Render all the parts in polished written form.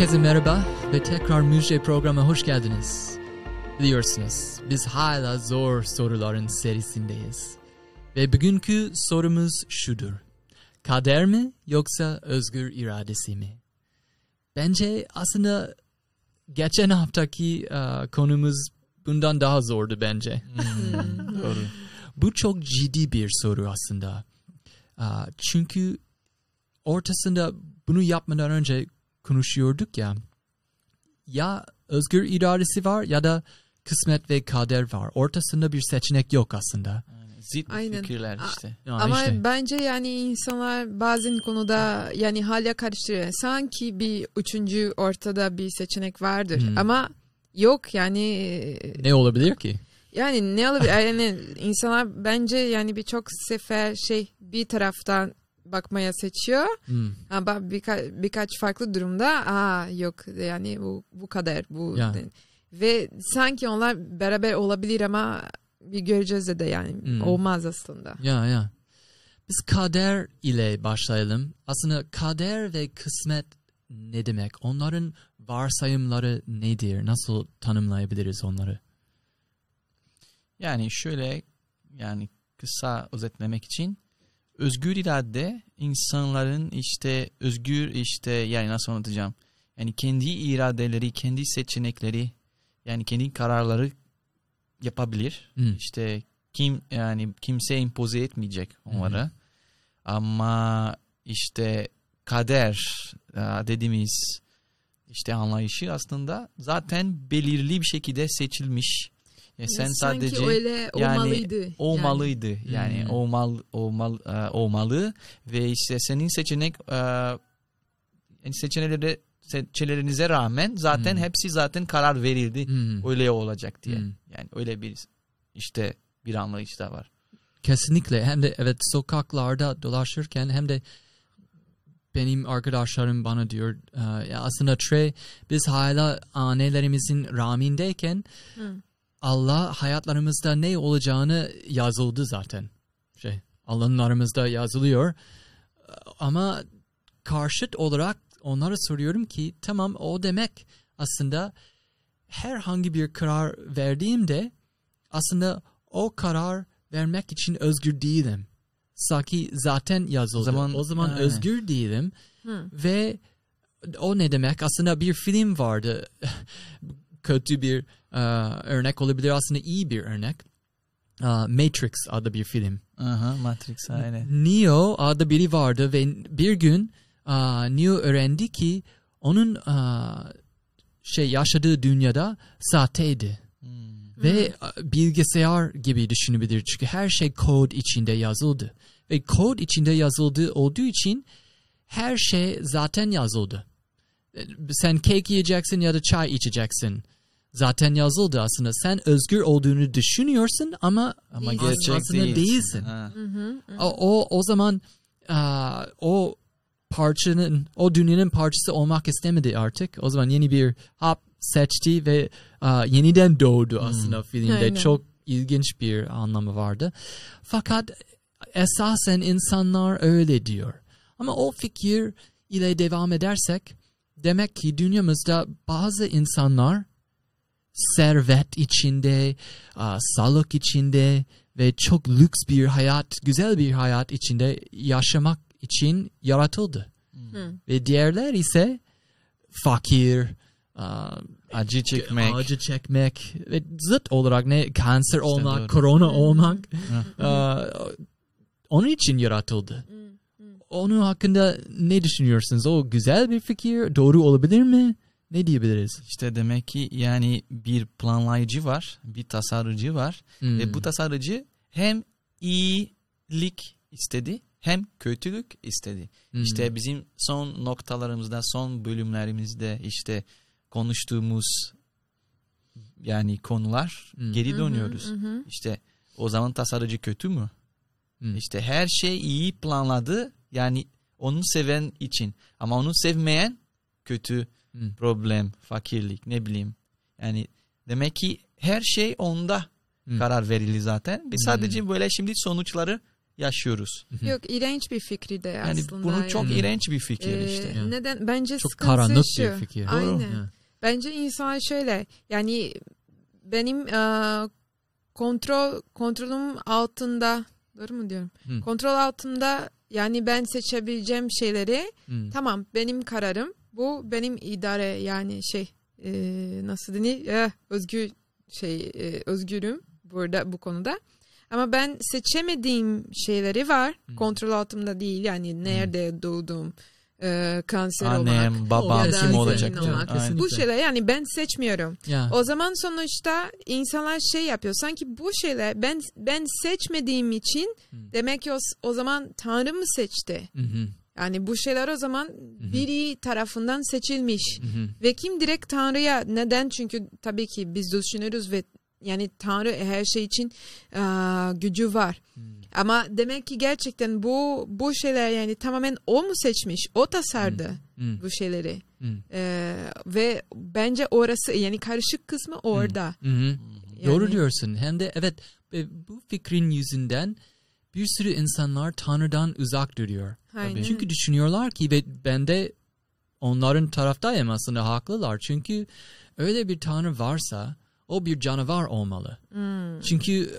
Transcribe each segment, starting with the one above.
Herkese merhaba ve tekrar Müjde programına hoş geldiniz. Biliyorsunuz biz hala zor soruların serisindeyiz. Ve bugünkü sorumuz şudur. Kader mi yoksa özgür iradesi mi? Bence aslında geçen haftaki konumuz bundan daha zordu bence. Doğru. Bu çok ciddi bir soru aslında. Çünkü ortasında bunu yapmadan önce konuşuyorduk ya. Ya özgür iradesi var ya da kısmet ve kader var. Ortasında bir seçenek yok aslında. Zıt fikirler işte. Ama işte. bence yani insanlar bazen konuda yani hala karıştırıyor. Sanki bir üçüncü ortada bir seçenek vardır. Ama yok yani. Ne olabilir ki? Yani ne olabilir? Yani insanlar bence yani birçok sefer bir taraftan bakmaya seçiyor. Ama birkaç farklı durumda yok yani bu kader bu. Ya. Ve sanki onlar beraber olabilir ama bir göreceğiz de yani olmaz aslında. Ya. Biz kader ile başlayalım. Aslında kader ve kısmet ne demek? Onların varsayımları nedir? Nasıl tanımlayabiliriz onları? Yani şöyle kısa özetlemek için özgür irade insanların özgür yani nasıl anlatacağım? Yani kendi iradeleri, kendi seçenekleri yani kendi kararları yapabilir. Kimse empoze etmeyecek onlara. Ama kader dediğimiz anlayışı aslında zaten belirli bir şekilde seçilmiş. Sen sanki sadece öyle olmalıydı. Olmalı ve senin seçeneklerinize rağmen zaten hepsi zaten karar verildi. Öyle olacak diye. Yani öyle bir anlayış da var. Kesinlikle. Hem de evet sokaklarda dolaşırken hem de benim arkadaşlarım bana diyor aslında biz hala annelerimizin rahmindeyken Allah hayatlarımızda ne olacağını yazıldı zaten. Alanlarımızda yazılıyor. Ama karşıt olarak onlara soruyorum ki tamam o demek aslında herhangi bir karar verdiğimde aslında o karar vermek için özgür değilim. Sanki zaten yazıldı. O zaman özgür değilim. Ve o ne demek? Aslında bir film vardı. Kötü bir örnek olabilir. Aslında iyi bir örnek. Matrix adlı bir film. Matrix aynen. Neo adlı biri vardı ve bir gün Neo öğrendi ki onun yaşadığı dünyada sahteydi. Ve bilgisayar gibi düşünebilir. Çünkü her şey kod içinde yazıldı. Ve kod içinde yazıldığı olduğu için her şey zaten yazıldı. Sen kek yiyeceksin ya da çay içeceksin. Zaten yazıldı aslında. Sen özgür olduğunu düşünüyorsun ama gerçek aslında değilsin. O zaman o parçanın, o dünyanın parçası olmak istemedi artık. O zaman yeni bir seçti ve yeniden doğdu aslında filmde. Aynen. Çok ilginç bir anlamı vardı. Fakat esasen insanlar öyle diyor. Ama o fikir ile devam edersek demek ki dünyamızda bazı insanlar servet içinde, sağlık içinde ve çok lüks bir hayat, güzel bir hayat içinde yaşamak için yaratıldı. Ve diğerler ise fakir, acı çekmek ve zıt olarak kanser olmak, doğru. korona olmak onun için yaratıldı. Onun hakkında ne düşünüyorsunuz? O güzel bir fikir, doğru olabilir mi? Ne diyebiliriz? Demek ki yani bir planlayıcı var, bir tasarıcı var ve bu tasarıcı hem iyilik istedi hem kötülük istedi. Bizim son noktalarımızda, son bölümlerimizde konuştuğumuz yani konular geri dönüyoruz. O zaman tasarıcı kötü mü? Her şey iyi planladı yani onu seven için ama onu sevmeyen kötü. Problem, fakirlik, ne bileyim. Yani demek ki her şey onda karar verildi zaten. Biz sadece böyle şimdi sonuçları yaşıyoruz. Yok, iğrenç bir fikri de Yani aslında. bunun çok iğrenç bir fikir işte. Neden? Bence çok sıkıntısı karanlık şu. bir fikir. Aynen. Doğru. Bence insan şöyle, yani benim kontrolüm altında, doğru mu diyorum? Kontrol altında, yani ben seçebileceğim şeyleri, tamam benim kararım, bu benim idare, yani nasıl denir? Özgürüm burada bu konuda. Ama ben seçemediğim şeyleri var. Kontrol altımda değil, yani nerede doğdum, kanser Annem, olmak, babam ya da kim olacak? olmak. Bu şeyler yani ben seçmiyorum. Yeah. O zaman sonuçta insanlar yapıyor. Sanki bu şeyler ben seçmediğim için demek ki o zaman Tanrı mı seçti? Yani bu şeyler o zaman biri tarafından seçilmiş. Ve kim direkt Tanrı'ya, neden? Çünkü tabii ki biz düşünürüz ve yani Tanrı her şey için gücü var. Ama demek ki gerçekten bu şeyler, yani tamamen o mu seçmiş? O tasarladı bu şeyleri. Ve bence orası, yani karışık kısmı orada. Yani, doğru diyorsun. Hem de evet, bu fikrin yüzünden bir sürü insanlar Tanrı'dan uzak duruyor. Aynen. Çünkü düşünüyorlar ki, ve ben de onların taraftayım aslında, haklılar. Çünkü öyle bir Tanrı varsa o bir canavar olmalı. Çünkü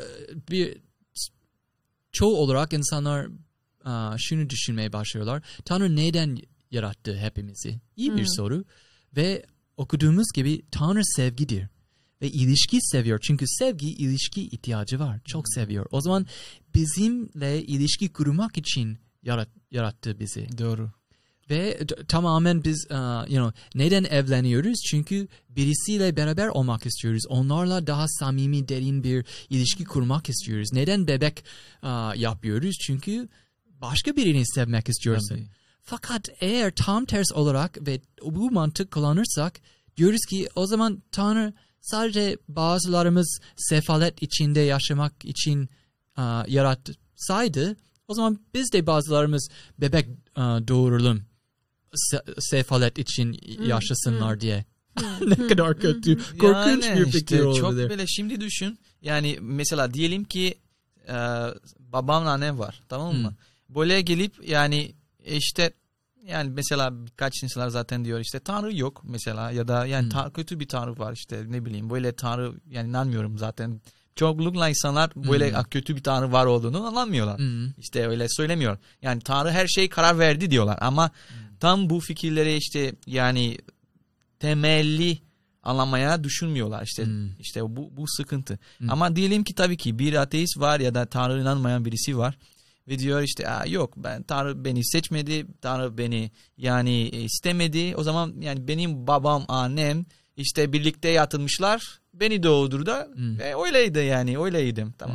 çoğu olarak insanlar şunu düşünmeye başlıyorlar. Tanrı neden yarattı hepimizi? İyi bir soru. Ve okuduğumuz gibi Tanrı sevgidir. Ve ilişki seviyor. Çünkü sevgi, ilişki ihtiyacı var. Çok seviyor. O zaman bizimle ilişki kurmak için yarattı bizi. Doğru. Ve tamamen biz neden evleniyoruz? Çünkü birisiyle beraber olmak istiyoruz. Onlarla daha samimi, derin bir ilişki kurmak istiyoruz. Neden bebek yapıyoruz? Çünkü başka birini sevmek istiyorsun. Tabii. Fakat eğer tam ters olarak ve bu mantık kullanırsak, diyoruz ki o zaman Tanrı sadece bazılarımız sefalet içinde yaşamak için yaratsaydı, o zaman biz de bazılarımız bebek doğuralım sefalet için yaşasınlar diye. Ne kadar kötü. Korkunç Yani bir fikir işte oldu. çok böyle, şimdi düşün. Yani mesela diyelim ki babamla annem var, tamam mı? Böyle gelip yani işte, yani mesela birkaç insanlar zaten diyor işte Tanrı yok mesela, ya da yani kötü bir Tanrı var, işte ne bileyim, böyle Tanrı, yani inanmıyorum zaten. Çoğunlukla insanlar böyle kötü bir Tanrı var olduğunu anlamıyorlar. İşte öyle söylemiyor. Yani Tanrı her şeyi karar verdi diyorlar ama tam bu fikirleri işte yani temelli anlamaya düşünmüyorlar. İşte bu sıkıntı. Ama diyelim ki tabii ki bir ateist var ya da Tanrı inanmayan birisi var ve diyor işte yok, Tanrı beni seçmedi, Tanrı beni yani istemedi. O zaman yani benim babam, annem işte birlikte yatılmışlar, beni doğurdu ve öyleydi, yani öyleydim, tamam.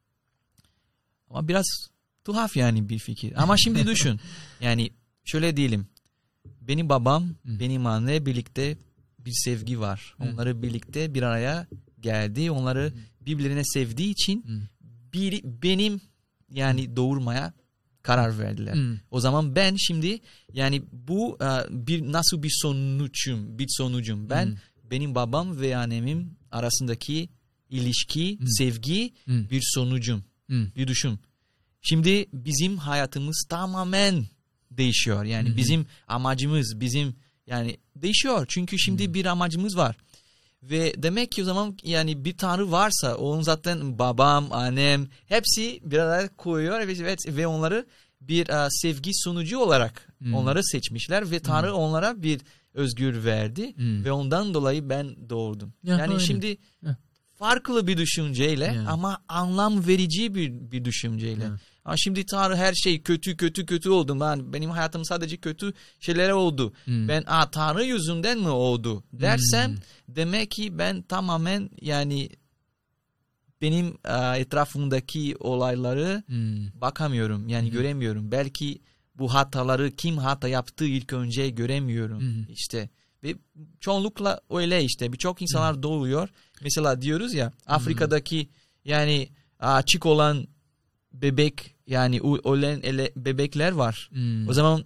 Ama biraz tuhaf yani bir fikir. Ama şimdi düşün, yani şöyle diyelim, benim babam, benim anne birlikte bir sevgi var. Onları birlikte bir araya geldi. Onları birbirine sevdiği için benim yani doğurmaya karar verdiler. O zaman ben şimdi yani bu nasıl bir sonucum. Ben benim babam ve annemin arasındaki ilişki, sevgi bir sonucum. Bir düşün. Şimdi bizim hayatımız tamamen değişiyor. Yani bizim amacımız, yani değişiyor. Çünkü şimdi bir amacımız var. Ve demek ki o zaman yani bir Tanrı varsa, onun zaten babam, annem hepsi bir araya koyuyor ve onları bir sevgi sonucu olarak onları seçmişler ve Tanrı onlara bir özgür verdi ve ondan dolayı ben doğurdum. Yani şimdi farklı bir düşünceyle ama anlam verici bir düşünceyle. Ama şimdi Tanrı her şey kötü oldu. Benim hayatım sadece kötü şeyler oldu. Ben Tanrı yüzünden mi oldu dersem demek ki ben tamamen yani benim etrafımdaki olayları bakamıyorum. Yani göremiyorum. Belki bu hataları kim hata yaptı ilk önce göremiyorum. İşte ve çoğunlukla öyle işte. Birçok insanlar doğuyor. Mesela diyoruz ya Afrika'daki yani açık olan bebek, yani ölen bebekler var. O zaman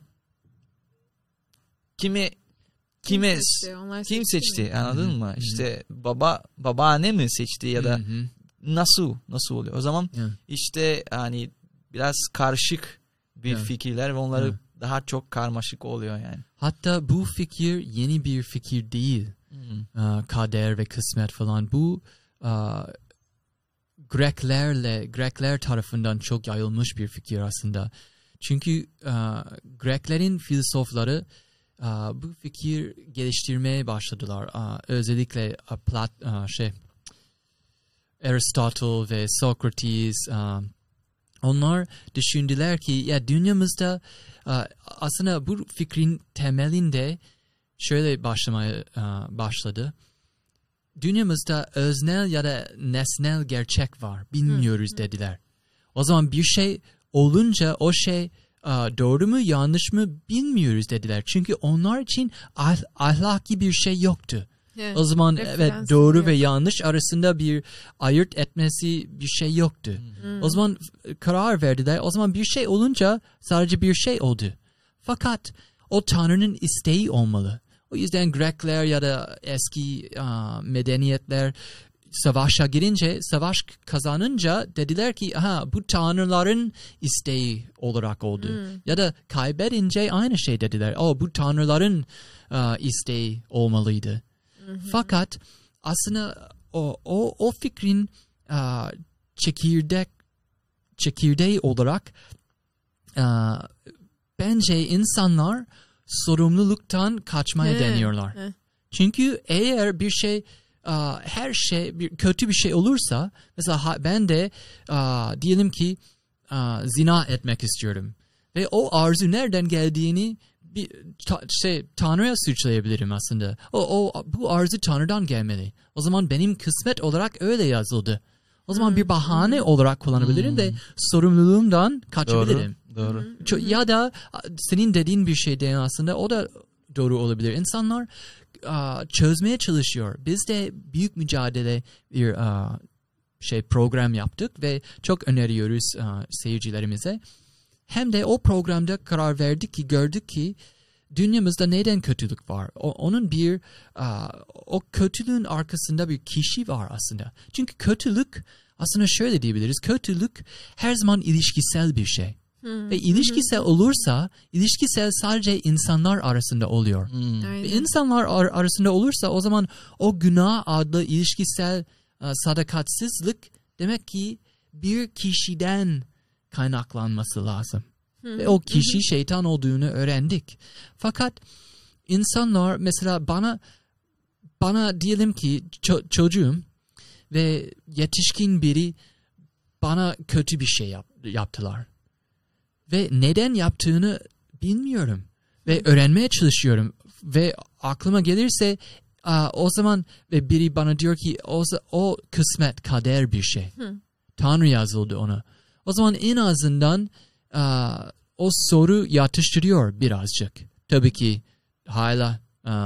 kim seçti? Anladın mı? İşte babaanne mi seçti ya da nasıl oluyor? O zaman işte hani biraz karışık bir fikirler ve onları daha çok karmaşık oluyor yani. Hatta bu fikir yeni bir fikir değil. Kader ve kısmet falan. Bu Grekler tarafından çok yayılmış bir fikir aslında. Çünkü Greklerin filozofları bu fikir geliştirmeye başladılar. Özellikle Aristotle ve Sokrates. Onlar düşündüler ki ya dünyamızda aslında bu fikrin temelinde şöyle başladı. Dünyamızda öznel ya da nesnel gerçek var. Bilmiyoruz dediler. O zaman bir şey olunca o şey doğru mu yanlış mı bilmiyoruz dediler. Çünkü onlar için ahlaki bir şey yoktu. O zaman evet doğru ve yanlış arasında bir ayırt etmesi bir şey yoktu. O zaman karar verdiler. O zaman bir şey olunca sadece bir şey oldu. Fakat o Tanrı'nın isteği olmalı. O yüzden Grekler ya da eski medeniyetler savaşa girince, savaş kazanınca dediler ki bu tanrıların isteği olarak oldu. Ya da kaybedince aynı şey dediler. Bu tanrıların isteği olmalıydı. Fakat aslında o fikrin çekirdeği olarak bence insanlar sorumluluktan kaçmaya deniyorlar. Çünkü eğer bir şey her şey kötü bir şey olursa mesela ben de diyelim ki zina etmek istiyorum ve o arzu nereden geldiğini Tanrı'ya suçlayabilirim aslında. Bu arzu Tanrı'dan gelmeli. O zaman benim kısmet olarak öyle yazıldı. O zaman bir bahane olarak kullanabilirim ve sorumluluğumdan kaçabilirim. Doğru. Ya da senin dediğin bir şey de aslında o da doğru olabilir. İnsanlar çözmeye çalışıyor. Biz de büyük mücadele bir program yaptık ve çok öneriyoruz seyircilerimize. Hem de o programda karar verdik ki gördük ki dünyamızda neden kötülük var? Onun o kötülüğün arkasında bir kişi var aslında. Çünkü kötülük aslında şöyle diyebiliriz. Kötülük her zaman ilişkisel bir şey. Ve ilişkisel olursa, ilişkisel sadece insanlar arasında oluyor. Ve insanlar arasında olursa o zaman o günah adlı ilişkisel sadakatsizlik demek ki bir kişiden kaynaklanması lazım. Ve o kişi şeytan olduğunu öğrendik. Fakat insanlar mesela bana diyelim ki çocuğum ve yetişkin biri bana kötü bir şey yaptılar. Ve neden yaptığını bilmiyorum. Ve öğrenmeye çalışıyorum. Ve aklıma gelirse o zaman ve biri bana diyor ki o kısmet, kader bir şey. Tanrı yazıldı ona. O zaman en azından o soru yatıştırıyor birazcık. Tabii ki hala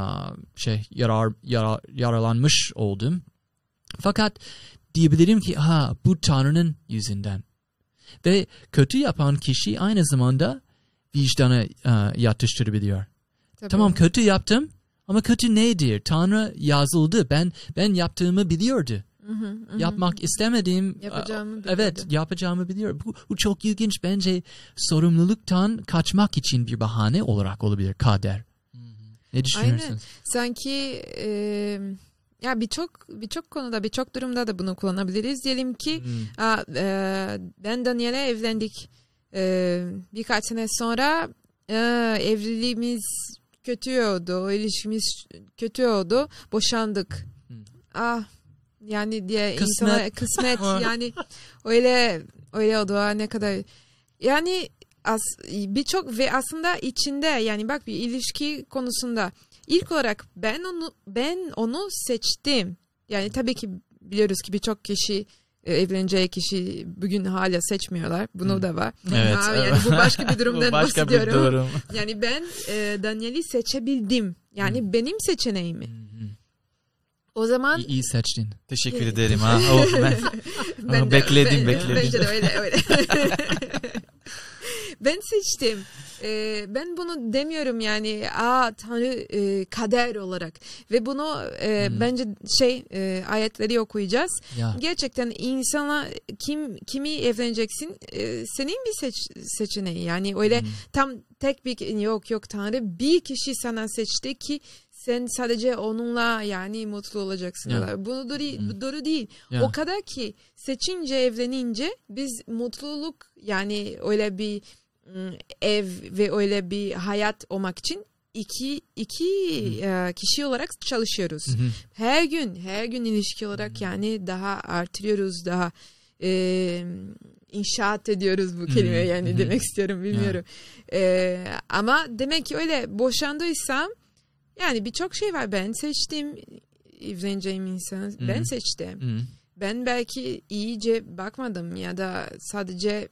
yaralanmış oldum. Fakat diyebilirim ki bu Tanrı'nın yüzünden. Ve kötü yapan kişi aynı zamanda vicdana yatıştırabiliyor. Tamam kötü yaptım ama kötü nedir? Tanrı yazıldı. Ben yaptığımı biliyordu. Yapmak istemediğim yapacağımı biliyor. Bu çok ilginç. Bence sorumluluktan kaçmak için bir bahane olarak olabilir kader. Ne düşünüyorsun? Aynen. Sanki ya birçok konuda, birçok durumda da bunu kullanabiliriz. Diyelim ki ben Daniel'e evlendik. Birkaç sene sonra evliliğimiz kötü oldu, ilişkimiz kötü oldu, boşandık. Yani diye kısmet yani öyle oldu ne kadar yani birçok ve aslında içinde yani bak bir ilişki konusunda ilk olarak ben onu seçtim. Yani tabii ki biliyoruz ki birçok kişi evleneceği kişi bugün hala seçmiyorlar. Bunu da var. Evet. Yani bu başka bir durumdan başka bahsediyorum. Bir durum. Yani ben Daniel'i seçebildim. Yani benim seçeneğimi. O zaman iyi seçtin. Teşekkür ederim. Ben bekledim. Bence de öyle. Ben seçtim. Ben bunu demiyorum yani Tanrı kader olarak ve bunu bence ayetleri okuyacağız. Ya. Gerçekten insana kimi evleneceksin senin bir seçeneği yani öyle tam tek bir yok Tanrı bir kişi sana seçti ki sen sadece onunla yani mutlu olacaksın. Ya. Bu doğru değil. Ya. O kadar ki seçince evlenince biz mutluluk yani öyle bir ev ve öyle bir hayat olmak için iki kişi olarak çalışıyoruz. Her gün ilişki olarak yani daha artırıyoruz, daha inşaat ediyoruz bu kelime yani demek istiyorum bilmiyorum. Ama demek ki öyle boşandıysam yani birçok şey var. Ben seçtim evleneceğim insanı. Ben seçtim. Ben belki iyice bakmadım ya da sadece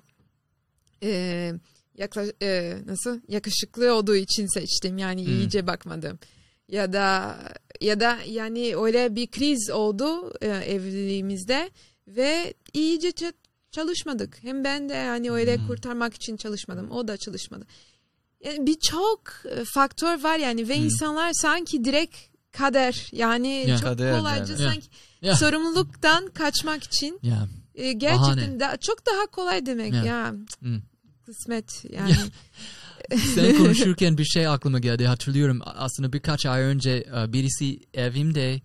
yakışıklı olduğu için seçtim. Yani iyice bakmadım. Ya da yani öyle bir kriz oldu evliliğimizde ve iyice çalışmadık. Hem ben de yani öyle kurtarmak için çalışmadım. O da çalışmadı. Yani birçok faktör var yani ve insanlar sanki direkt kader yani çok kader kolayca yani. sanki sorumluluktan kaçmak için gerçekten çok daha kolay demek kısmet yani. Sen konuşurken bir şey aklıma geldi, hatırlıyorum aslında birkaç ay önce birisi evimde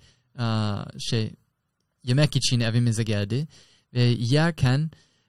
yemek için evimize geldi ve yerken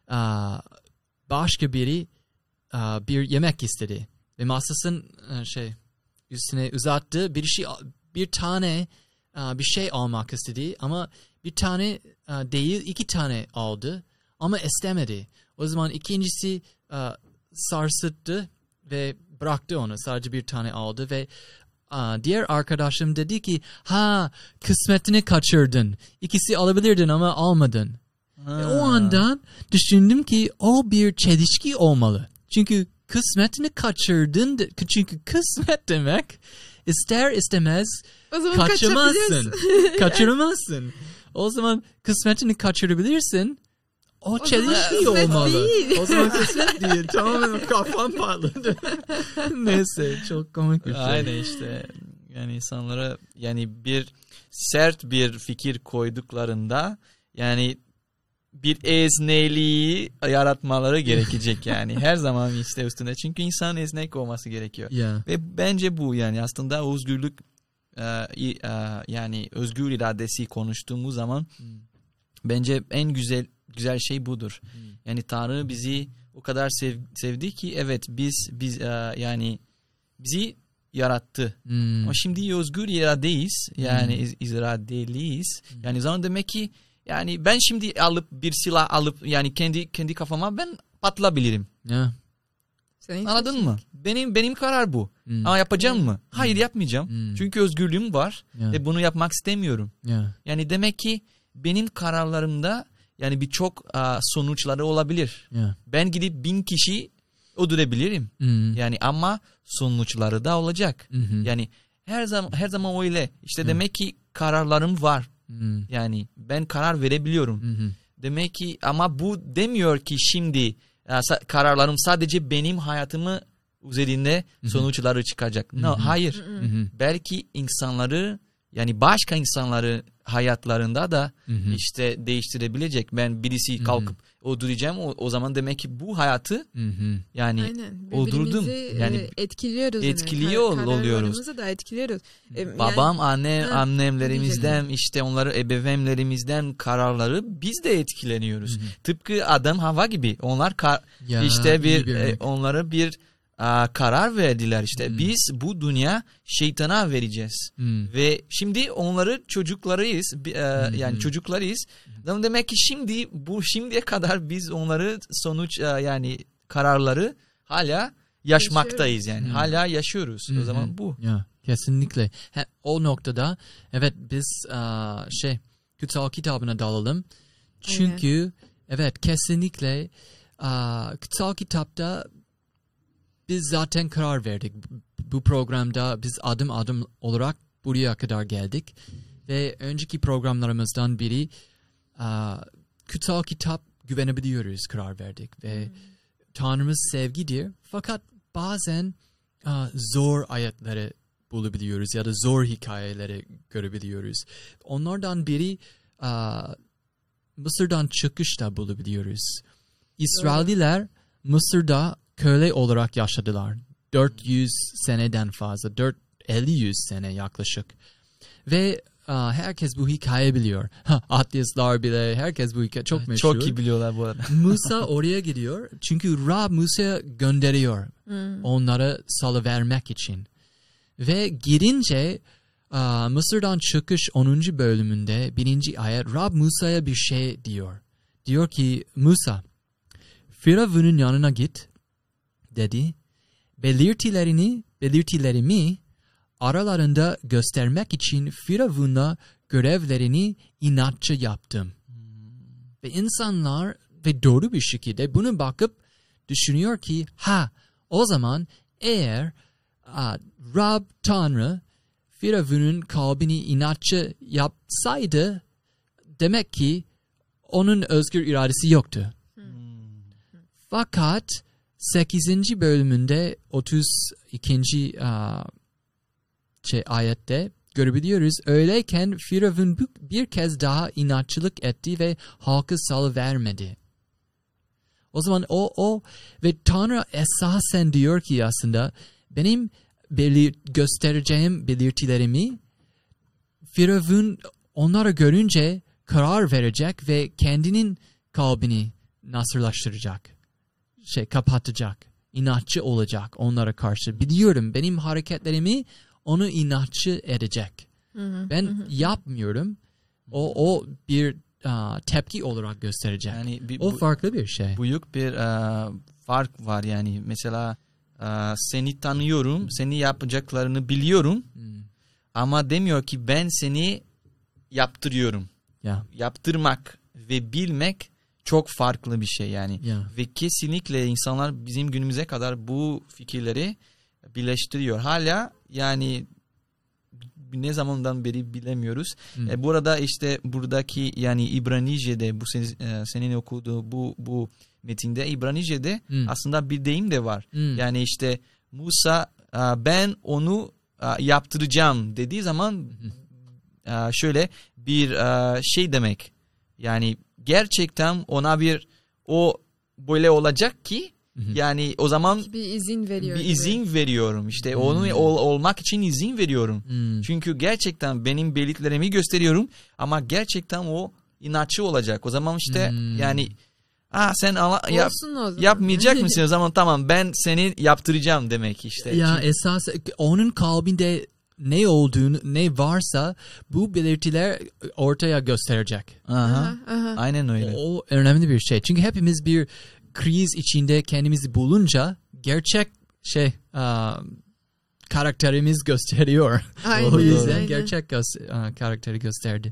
başka biri bir yemek istedi. Ve masasının üstüne uzattı. Bir tane bir şey almak istedi ama bir tane değil 2 tane aldı ama istemedi. O zaman ikincisi sarsıttı ve bıraktı onu. Sadece bir tane aldı ve diğer arkadaşım dedi ki kısmetini kaçırdın. İkisi alabilirdin ama almadın. Ve o andan düşündüm ki o bir çelişki olmalı. Çünkü kısmetini kaçırdın. Çünkü kısmet demek ister istemez kaçamazsın. Kaçıramazsın. O zaman kısmetini kaçırabilirsin. O çelişki olmalı. O zaman kısmet değil. Tamamen kafam patladı. Neyse çok komik bir şey. Aynen işte. Yani insanlara yani bir sert bir fikir koyduklarında yani bir esnekliği yaratmaları gerekecek yani. Her zaman işte üstünde. Çünkü insan esnek olması gerekiyor. Yeah. Ve bence bu yani aslında özgürlük yani özgür iradesi konuştuğumuz zaman bence en güzel şey budur. Yani Tanrı bizi o kadar sevdi ki evet biz yani bizi yarattı. Ama şimdi özgür iradeyiz. Yani iradeliyiz. Yani zaman demek ki yani ben şimdi alıp bir silah alıp yani kendi kafama ben patlayabilirim. Yeah. Anladın mı? Benim karar bu. Ama yapacağım mı? Hayır, yapmayacağım. Çünkü özgürlüğüm var ve bunu yapmak istemiyorum. Yani demek ki benim kararlarımda yani birçok sonuçları olabilir. Ben gidip 1000 kişi öldürebilirim. Yani ama sonuçları da olacak. Yani her zaman öyle. İşte demek ki kararlarım var. Yani ben karar verebiliyorum. Demek ki ama bu demiyor ki şimdi kararlarım sadece benim hayatımı üzerinde sonuçları çıkacak. No, hayır. Belki insanları yani başka insanları hayatlarında da işte değiştirebilecek. Ben birisi kalkıp öldüreceğim o zaman demek ki bu hayatı yani öldürdüm. Yani etkiliyor oluyoruz. Da etkiliyoruz. Babam, annemlerimizden işte onları ebeveynlerimizden kararları biz de etkileniyoruz. Tıpkı Adam Hava gibi. Onlar işte onlara bir karar verdiler işte. Biz bu dünya şeytana vereceğiz. Ve şimdi onları çocuklarıyız. Yani çocuklarıyız. Demek ki şimdiye kadar biz onları yani kararları hala yaşamaktayız yani. Hala yaşıyoruz. O zaman bu. Ya, kesinlikle. O noktada evet biz kutsal kitabına dalalım. Çünkü evet kesinlikle kutsal kitapta biz zaten karar verdik. Bu programda biz adım adım olarak buraya kadar geldik. Ve önceki programlarımızdan biri kutsal kitap güvenebiliyoruz karar verdik. Ve Tanrımız sevgidir. Fakat bazen zor ayetleri bulabiliyoruz ya da zor hikayeleri görebiliyoruz. Onlardan biri Mısır'dan çıkışta bulabiliyoruz. İsrailliler Mısır'da köle olarak yaşadılar. 400 seneden fazla, 450-100 sene yaklaşık. Ve herkes bu hikaye biliyor. Ateistler bile, herkes bu hikaye çok meşhur. Çok iyi biliyorlar bu arada. Musa oraya gidiyor. Çünkü Rab Musa'ya gönderiyor. Onlara salıvermek için. Ve girince Mısır'dan çıkış 10. bölümünde 1. ayet Rab Musa'ya bir şey diyor. Diyor ki Musa, Firavun'un yanına git dedi. Belirtilerimi aralarında göstermek için Firavun'a görevlerini inatçı yaptım. Ve insanlar ve doğru bir şekilde bunu bakıp düşünüyor ki o zaman eğer Rab Tanrı Firavun'un kalbini inatçı yapsaydı demek ki onun özgür iradesi yoktu. Fakat 8. bölümünde 32. Ayette görebiliyoruz. Öyleyken Firavun bir kez daha inatçılık etti ve halkı salıvermedi. O zaman o ve Tanrı esasen diyor ki aslında benim göstereceğim belirtilerimi Firavun onları görünce karar verecek ve kendinin kalbini nasırlaştıracak. Kapatacak. İnatçı olacak onlara karşı. Biliyorum benim hareketlerimi onu inatçı edecek. Ben yapmıyorum. O bir tepki olarak gösterecek. Yani o farklı bir şey. Büyük bir fark var yani. Mesela seni tanıyorum, seni yapacaklarını biliyorum. Ama demiyor ki ben seni yaptırıyorum. Yaptırmak ve bilmek çok farklı bir şey yani. Ve kesinlikle insanlar bizim günümüze kadar bu fikirleri birleştiriyor. Hala yani ne zamandan beri bilemiyoruz. Burada işte buradaki yani İbranice'de bu senin okuduğu bu metinde İbranice'de aslında bir deyim de var. Yani işte Musa ben onu yaptıracağım dediği zaman şöyle bir şey demek. Yani gerçekten ona o böyle olacak ki yani o zaman bir izin veriyor. Bir izin veriyorum. İşte onu olmak için izin veriyorum. Çünkü gerçekten benim belirtilerimi gösteriyorum ama gerçekten o inatçı olacak. O zaman işte yani sen yapmayacak mısın? O zaman tamam ben seni yaptıracağım demek işte. Ya esas onun kalbinde ne olduğunu, ne varsa bu belirtiler ortaya gösterecek. Aynen öyle. O önemli bir şey. Çünkü hepimiz bir kriz içinde kendimizi bulunca gerçek karakterimiz gösteriyor. O yüzden gerçek karakteri gösterdi.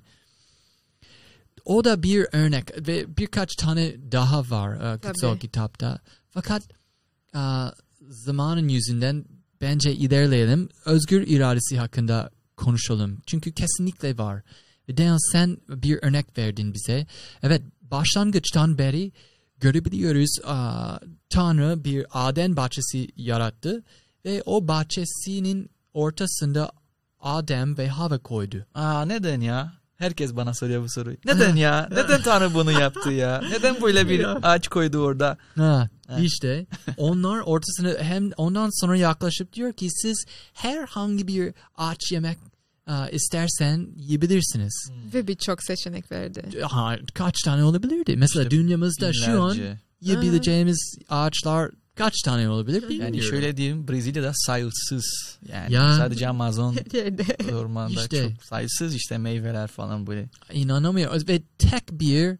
O da bir örnek ve birkaç tane daha var kutsal kitapta. Fakat zamanın yüzünden bence ilerleyelim. Özgür iradesi hakkında konuşalım. Çünkü kesinlikle var. Ve Daniel sen bir örnek verdin bize. Evet başlangıçtan beri görebiliyoruz Tanrı bir Aden bahçesi yarattı ve o bahçesinin ortasında Adem ve Hava koydu. Neden ya? Herkes bana soruyor bu soruyu. Neden ya? Neden Tanrı bunu yaptı ya? Neden böyle bir ağaç koydu orada? İşte onlar ortasına hem ondan sonra yaklaşıp diyor ki siz herhangi bir ağaç yemek istersen yiyebilirsiniz. Ve birçok seçenek verdi. Kaç tane olabilirdi? Mesela işte dünyamızda binlerce. Şu an yiyebileceğimiz ağaçlar kaç tane olabilir? Yani şöyle diyeyim Brezilya'da sayısız. Yani sadece Amazon ormanda işte. Çok sayısız işte meyveler falan böyle. İnanamıyorum. Ve tek bir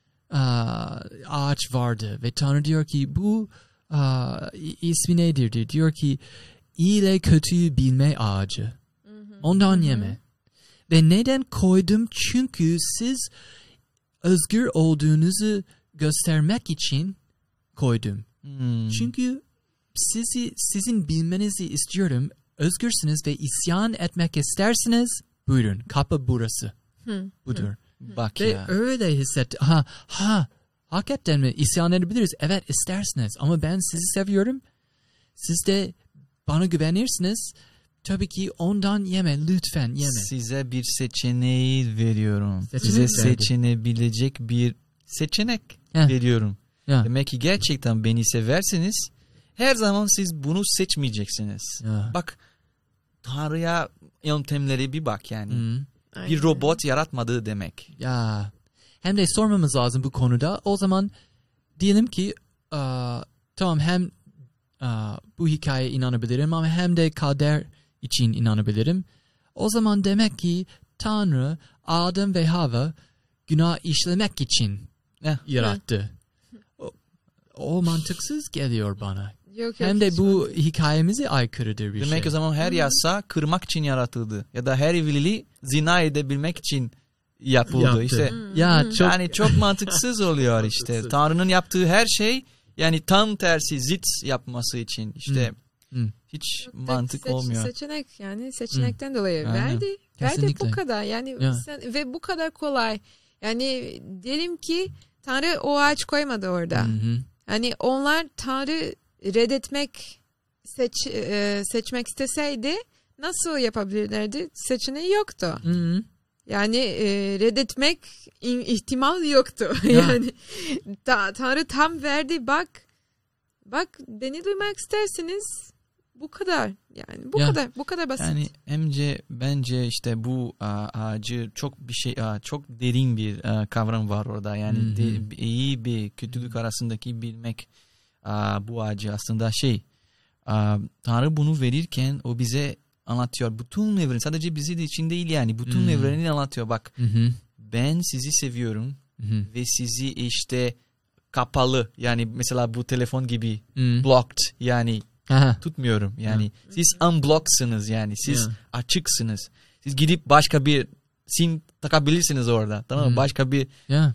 ağaç vardı. Ve Tanrı diyor ki bu ismi nedir? Diyor ki iyi ile kötüyü bilme ağacı. Ondan yeme. Ve neden koydum? Çünkü siz özgür olduğunuzu göstermek için koydum. Çünkü sizin bilmenizi istiyorum. Özgürsünüz ve isyan etmek istersiniz. Buyurun. Kapı burası. Budur. Bak ve ya. öyle hissetti. hakikaten mi isyan edebiliriz? Evet isterseniz ama ben sizi seviyorum. Siz de bana güvenirsiniz. Tabii ki ondan yeme lütfen yeme. Size bir seçeneği veriyorum. Size verdi. seçenebilecek bir seçenek veriyorum. Ya. Demek ki gerçekten beni seversiniz. Her zaman siz bunu seçmeyeceksiniz. Ya. Bak Tanrı'ya yöntemleri bir bak yani. Aynen. Bir robot yaratmadığı demek. Ya. Hem de sormamız lazım bu konuda. O zaman diyelim ki tamam hem bu hikayeye inanabilirim ama hem de kader için inanabilirim. O zaman demek ki Tanrı Adem ve Hava günah işlemek için yarattı. O mantıksız geliyor bana. Yok, Hem de hiç bu mantıklı. hikayemize aykırıdır bir Demek şey. o zaman her yasa kırmak için yaratıldı. Ya da her evliliği zina edebilmek için yapıldı. Yaptı. İşte Ya çok yani çok mantıksız oluyor işte. Tanrı'nın yaptığı her şey yani tam tersi zıt yapması için işte hiç mantık olmuyor. Seçenek yani seçenekten dolayı Aynen. verdi. Kesinlikle. Verdi bu kadar yani Ya. ve bu kadar kolay. Yani diyelim ki Tanrı o ağaç koymadı orada. Hani onlar Tanrı reddetmek seçmek isteseydi nasıl yapabilirlerdi? Seçeneği yoktu. Yani reddetmek ihtimal yoktu. Yani Tanrı tam verdi bak beni duymak isterseniz bu kadar. Yani bu kadar basit. Yani bence işte bu ağacı çok bir şey çok derin bir kavram var orada. Yani iyi bir kötülük arasındaki bilmek bu ağacı aslında Tanrı bunu verirken o bize anlatıyor. Bütün evren sadece bizi de için değil yani bütün evreni anlatıyor. Bak ben sizi seviyorum ve sizi işte kapalı yani mesela bu telefon gibi blocked yani tutmuyorum yani siz unblocked'sınız yani siz açıksınız. Siz gidip başka bir sim takabilirsiniz orada tamam mı? Başka bir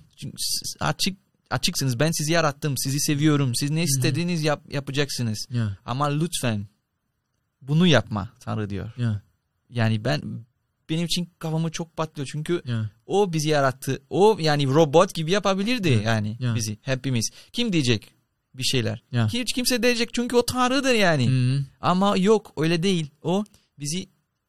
açıksınız. Ben sizi yarattım. Sizi seviyorum. Siz ne istediğiniz yapacaksınız. Ama lütfen bunu yapma Tanrı diyor. Yani benim için kafamı çok patlıyor. Çünkü o bizi yarattı. O yani robot gibi yapabilirdi yani bizi hepimiz. Kim diyecek bir şeyler? Hiç kimse diyecek çünkü o Tanrı'dır yani. Ama yok öyle değil. O bizi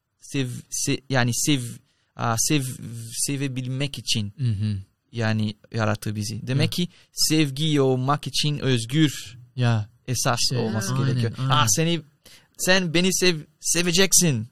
sevebilmek için yani yarattı bizi. Demek ki sevgi olmak için özgür esas olması gerekiyor. Aynen. Sen beni seveceksin.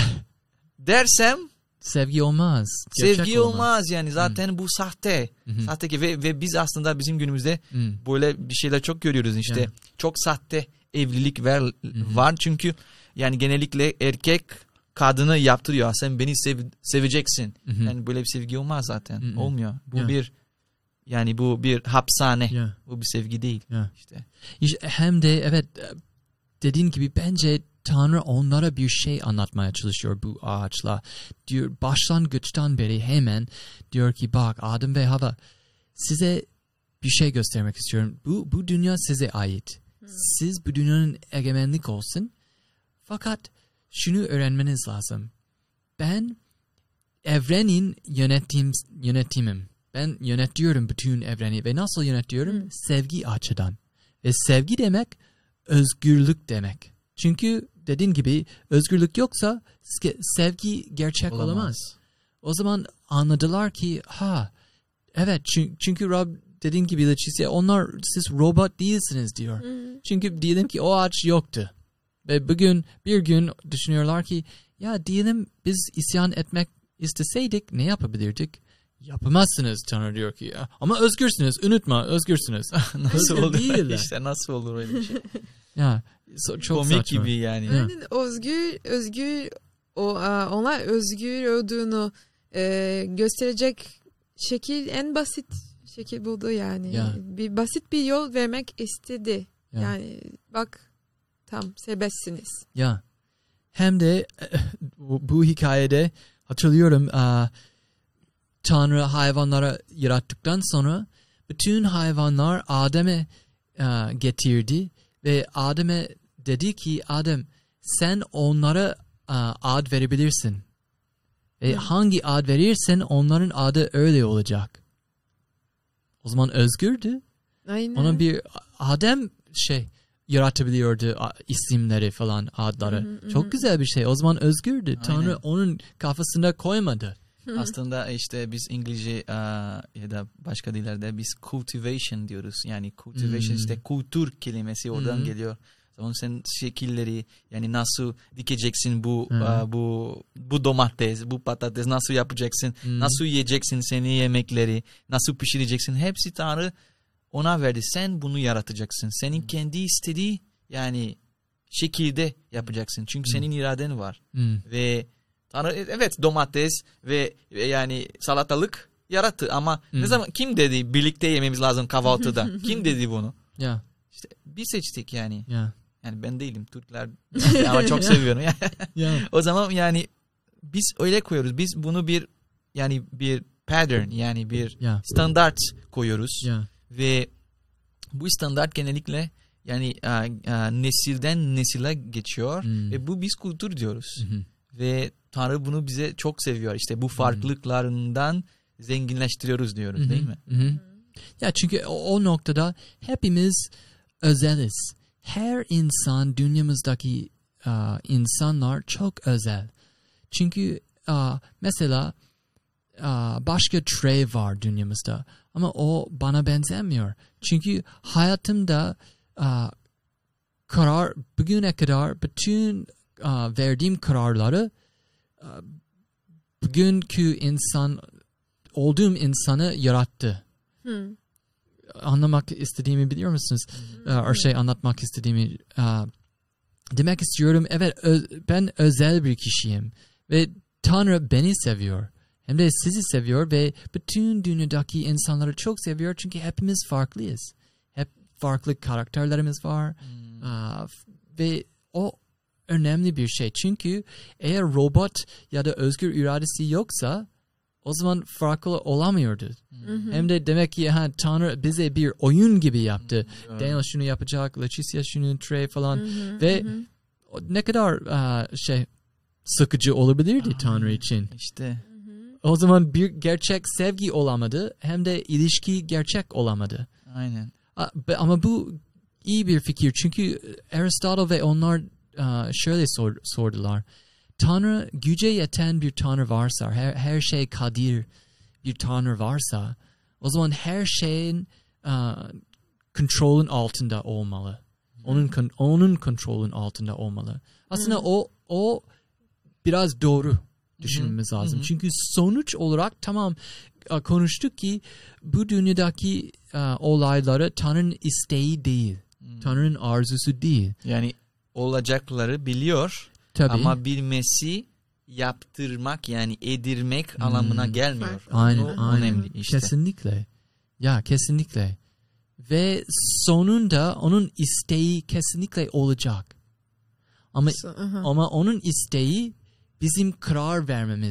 Dersem sevgi olmaz. Sevgi olmaz yani zaten bu sahte. Sahte ve biz aslında bizim günümüzde böyle bir şeyler çok görüyoruz işte. Çok sahte evlilik var çünkü yani genellikle erkek kadını yaptırıyor. Sen beni seveceksin. Yani böyle bir sevgi olmaz zaten. Olmuyor. Bu bir hapishane. Bu bir sevgi değil. İşte Hem de evet dediğin gibi bence Tanrı onlara bir şey anlatmaya çalışıyor bu ağaçla. Diyor başlangıçtan beri hemen diyor ki bak Adem ve Hava size bir şey göstermek istiyorum. Bu dünya size ait. Siz bu dünyanın egemenlik olsun. Fakat şunu öğrenmeniz lazım. Ben evrenin yönetimim. Ben yönetiyorum bütün evreni ve nasıl yönetiyorum? Sevgi açıdan. Ve sevgi demek özgürlük demek. Çünkü dediğin gibi özgürlük yoksa sevgi gerçek olamaz. O zaman anladılar ki evet çünkü Rab dediğin gibi Leticia siz robot değilsiniz diyor. Çünkü diyelim ki o ağaç yoktu. Ve bir gün düşünüyorlar ki ya diyelim biz isyan etmek isteseydik ne yapabilirdik? Yapamazsınız Tanrı diyor ki ya. Ama özgürsünüz. Unutma özgürsünüz. Nasıl olur? İşte nasıl olur öyle bir şey? Çok komik saçma. gibi yani. Yani özgür onlar özgür olduğunu gösterecek şekil en basit şekil buldu yani. Bir basit bir yol vermek istedi. Yani bak tam serbestsiniz. Hem de bu hikayede hatırlıyorum Tanrı hayvanlara yarattıktan sonra bütün hayvanlar Adem'e getirdi ve Adem'e dedi ki Adem sen onlara ad verebilirsin. Ve hangi ad verirsen onların adı öyle olacak. O zaman özgürdü. Aynen. Onun bir Adem yaratabiliyordu isimleri falan, adları. Çok güzel bir şey. O zaman özgürdü. Aynen. Tanrı onun kafasına koymadı. Aslında işte biz İngilizce ya da başka dillerde biz cultivation diyoruz. Yani cultivation işte kültür kelimesi oradan geliyor. Zaman sen şekilleri, yani nasıl dikeceksin bu domates, bu patates nasıl yapacaksın, nasıl yiyeceksin seni yemekleri, nasıl pişireceksin, hepsi Tanrı ona verdi. Sen bunu yaratacaksın. Senin kendi istediği yani şekilde yapacaksın. Çünkü senin iraden var. Ve Tanrı evet domates ve yani salatalık yarattı ama ne zaman kim dedi birlikte yememiz lazım kahvaltıda? Kim dedi bunu? Yeah. İşte biz seçtik yani. Yeah. Yani ben değilim, Türkler ama çok seviyorum. Yeah. O zaman yani biz öyle koyuyoruz. Biz bunu bir pattern yani bir standart koyuyoruz. Ve bu standart genellikle yani nesilden nesile geçiyor ve bu biz kültür diyoruz. Ve Tanrı bunu bize çok seviyor. İşte bu farklılıklarından zenginleştiriyoruz diyoruz değil mi? Ya çünkü o noktada hepimiz özeliz. Her insan, dünyamızdaki insanlar çok özel. Çünkü mesela başka Trey var dünyamızda ama o bana benzemiyor. Çünkü hayatımda bugüne kadar bütün verdiğim kararları bugünkü olduğum insanı yarattı. Anlamak istediğimi biliyor musunuz? Anlatmak istediğimi demek istiyorum. Evet, ben özel bir kişiyim ve Tanrı beni seviyor. Hem de sizi seviyor ve bütün dünyadaki insanları çok seviyor çünkü hepimiz farklıyız. Hep farklı karakterlerimiz var. Ve o önemli bir şey. Çünkü eğer robot ya da özgür iradesi yoksa o zaman farklı olamıyordu. Hem de demek ki Tanrı bize bir oyun gibi yaptı. Daniel şunu yapacak, Leticia şunu, Trey falan ve ne kadar sıkıcı olabilirdi Tanrı için. İşte. O zaman bir gerçek sevgi olamadı hem de ilişki gerçek olamadı. Aynen. Ama bu iyi bir fikir çünkü Aristotle ve onlar şöyle sordular. Tanrı güce yeten bir Tanrı varsa, her şey kadir bir Tanrı varsa, o zaman her şeyin kontrolün altında olmalı. Onun kontrolün altında olmalı. Aslında o biraz doğru düşünmemiz lazım. Çünkü sonuç olarak tamam konuştuk ki bu dünyadaki olayları Tanrı'nın isteği değil. Tanrı'nın arzusu değil. Yani olacakları biliyor. Tabii. Ama bilmesi yaptırmak yani edirmek anlamına gelmiyor. Aynen. Önemli işte. Kesinlikle. Ya kesinlikle. Ve sonunda onun isteği kesinlikle olacak. Ama onun isteği bizim karar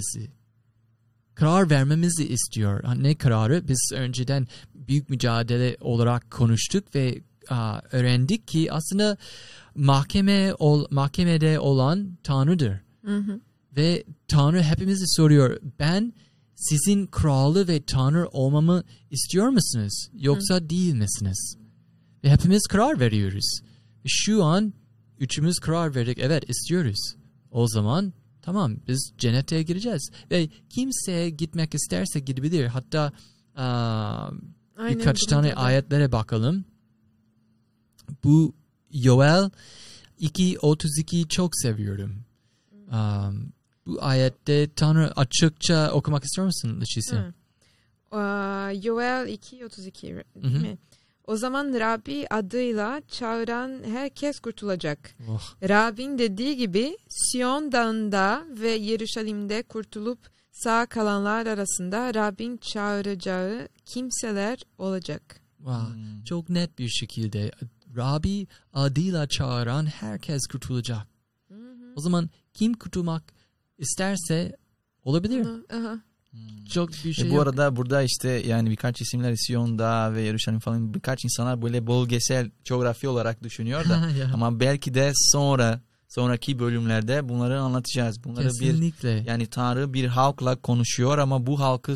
vermemizi istiyor. Ne kararı? Biz önceden büyük mücadele olarak konuştuk ve öğrendik ki aslında mahkemede olan Tanrı'dır. Ve Tanrı hepimizi soruyor. Ben sizin kralı ve Tanrı olmamı istiyor musunuz? Yoksa değil misiniz? Ve hepimiz karar veriyoruz. Şu an üçümüz karar verdik. Evet istiyoruz. O zaman tamam biz cennete gireceğiz. Ve kimse gitmek isterse gidebilir. Hatta birkaç tane ayetlere bakalım. Bu Yoel 2:32 çok seviyorum. Bu ayette Tanrı açıkça okumak ister misin Leticia? Yoel 2:32 değil mi? O zaman Rabbi adıyla çağıran herkes kurtulacak. Rabbin dediği gibi Siyon Dağı'nda ve Yeruşalim'de kurtulup sağ kalanlar arasında Rabbin çağıracağı kimseler olacak. Çok net bir şekilde Rabbi adıyla çağıran herkes kurtulacak. O zaman kim kurtulmak isterse olabilir. Çok bir şey bu arada burada işte yani birkaç isimler Siyon'da ve Yeruşalim falan birkaç insanlar böyle bölgesel coğrafi olarak düşünüyor da ama belki de sonraki bölümlerde bunları anlatacağız. Bunları kesinlikle. Yani Tanrı bir halkla konuşuyor ama bu halkı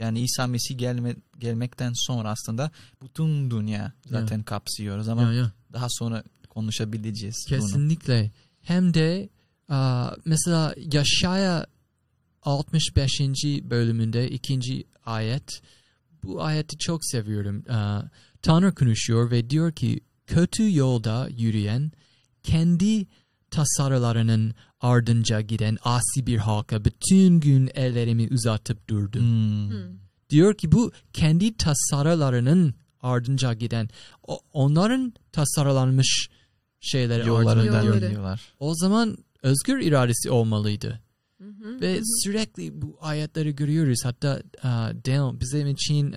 Yani İsa Mesih gelmekten sonra aslında bütün dünya zaten kapsıyoruz ama daha sonra konuşabileceğiz Kesinlikle. Bunu. Hem de mesela Yaşaya 65. bölümünde 2. ayet. Bu ayeti çok seviyorum. Tanrı konuşuyor ve diyor ki kötü yolda yürüyen, kendi tasarılarının ardınca giden asi bir halka bütün gün ellerimi uzatıp durdum. Diyor ki bu kendi tasarılarının ardınca giden, onların tasarlanmış şeyleri yollarından Yolları. gidiyorlar. O zaman özgür iradesi olmalıydı. Ve sürekli bu ayetleri görüyoruz. Hatta Daniel bizim için